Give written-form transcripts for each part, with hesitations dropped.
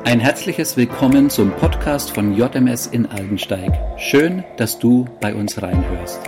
Ein herzliches Willkommen zum Podcast von JMS in Aldensteig. Schön, dass du bei uns reinhörst.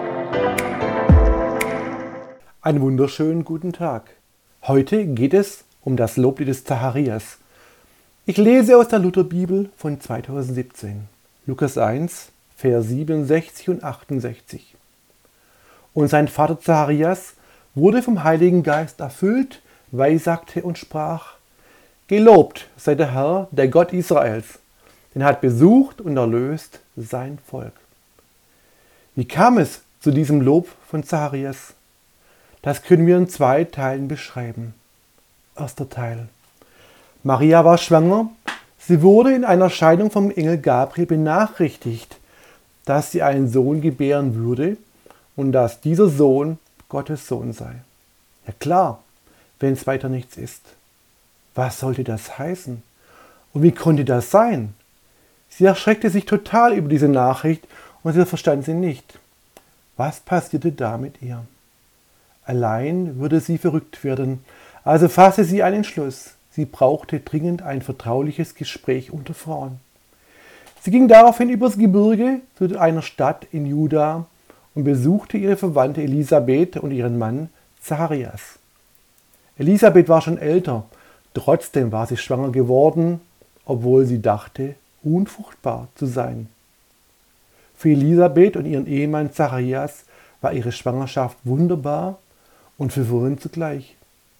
Einen wunderschönen guten Tag. Heute geht es um das Loblied des Zacharias. Ich lese aus der Lutherbibel von 2017, Lukas 1, Vers 67 und 68. Und sein Vater Zacharias wurde vom Heiligen Geist erfüllt, weissagte und sprach: Gelobt sei der Herr, der Gott Israels, denn er hat besucht und erlöst sein Volk. Wie kam es zu diesem Lob von Zacharias? Das können wir in 2 Teilen beschreiben. Erster Teil. Maria war schwanger. Sie wurde in einer Erscheinung vom Engel Gabriel benachrichtigt, dass sie einen Sohn gebären würde und dass dieser Sohn Gottes Sohn sei. Ja klar, wenn es weiter nichts ist. Was sollte das heißen? Und wie konnte das sein? Sie erschreckte sich total über diese Nachricht und sie verstand sie nicht. Was passierte da mit ihr? Allein würde sie verrückt werden, also fasste sie einen Entschluss. Sie brauchte dringend ein vertrauliches Gespräch unter Frauen. Sie ging daraufhin übers Gebirge zu einer Stadt in Juda und besuchte ihre Verwandte Elisabeth und ihren Mann Zacharias. Elisabeth war schon älter. Trotzdem war sie schwanger geworden, obwohl sie dachte, unfruchtbar zu sein. Für Elisabeth und ihren Ehemann Zacharias war ihre Schwangerschaft wunderbar und verwirrend zugleich.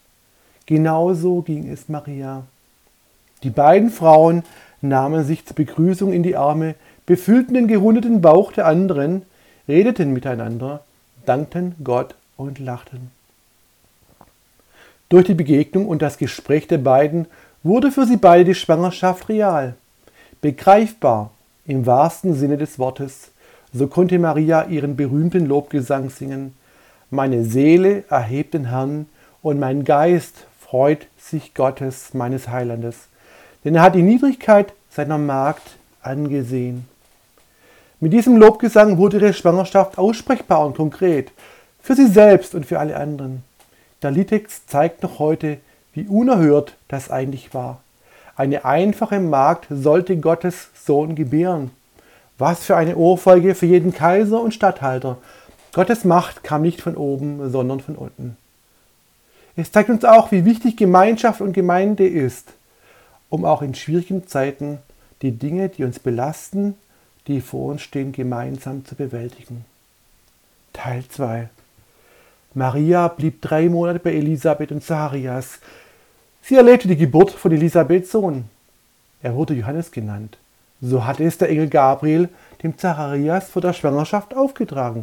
Genauso ging es Maria. Die beiden Frauen nahmen sich zur Begrüßung in die Arme, befüllten den gerundeten Bauch der anderen, redeten miteinander, dankten Gott und lachten. Durch die Begegnung und das Gespräch der beiden wurde für sie beide die Schwangerschaft real, begreifbar im wahrsten Sinne des Wortes. So konnte Maria ihren berühmten Lobgesang singen: Meine Seele erhebt den Herrn und mein Geist freut sich Gottes, meines Heilandes, denn er hat die Niedrigkeit seiner Magd angesehen. Mit diesem Lobgesang wurde ihre Schwangerschaft aussprechbar und konkret, für sie selbst und für alle anderen. Der Liedtext zeigt noch heute, wie unerhört das eigentlich war. Eine einfache Magd sollte Gottes Sohn gebären. Was für eine Ohrfeige für jeden Kaiser und Statthalter. Gottes Macht kam nicht von oben, sondern von unten. Es zeigt uns auch, wie wichtig Gemeinschaft und Gemeinde ist, um auch in schwierigen Zeiten die Dinge, die uns belasten, die vor uns stehen, gemeinsam zu bewältigen. Teil 2. Maria blieb 3 Monate bei Elisabeth und Zacharias. Sie erlebte die Geburt von Elisabeths Sohn. Er wurde Johannes genannt. So hatte es der Engel Gabriel dem Zacharias vor der Schwangerschaft aufgetragen.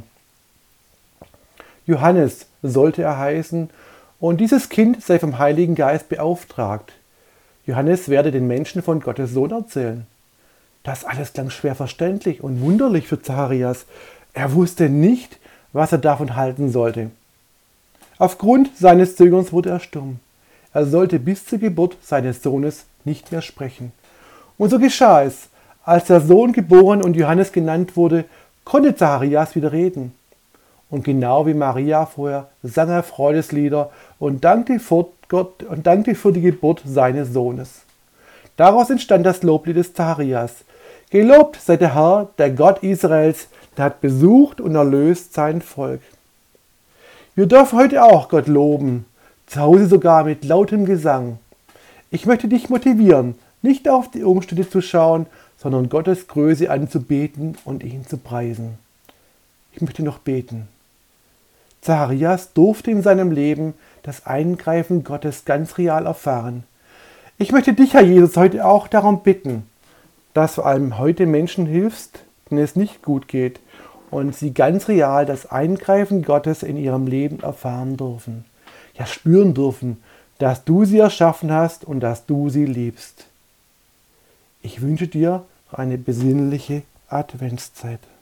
Johannes sollte er heißen, und dieses Kind sei vom Heiligen Geist beauftragt. Johannes werde den Menschen von Gottes Sohn erzählen. Das alles klang schwer verständlich und wunderlich für Zacharias. Er wusste nicht, was er davon halten sollte. Aufgrund seines Zögerns wurde er stumm. Er sollte bis zur Geburt seines Sohnes nicht mehr sprechen. Und so geschah es. Als der Sohn geboren und Johannes genannt wurde, konnte Zacharias wieder reden. Und genau wie Maria vorher sang er Freudeslieder und dankte Gott und dankte für die Geburt seines Sohnes. Daraus entstand das Loblied des Zacharias. Gelobt sei der Herr, der Gott Israels, der hat besucht und erlöst sein Volk. Wir dürfen heute auch Gott loben, zu Hause sogar mit lautem Gesang. Ich möchte dich motivieren, nicht auf die Umstände zu schauen, sondern Gottes Größe anzubeten und ihn zu preisen. Ich möchte noch beten. Zacharias durfte in seinem Leben das Eingreifen Gottes ganz real erfahren. Ich möchte dich, Herr Jesus, heute auch darum bitten, dass vor allem heute Menschen hilfst, denen es nicht gut geht, und sie ganz real das Eingreifen Gottes in ihrem Leben erfahren dürfen. Ja, spüren dürfen, dass du sie erschaffen hast und dass du sie liebst. Ich wünsche dir eine besinnliche Adventszeit.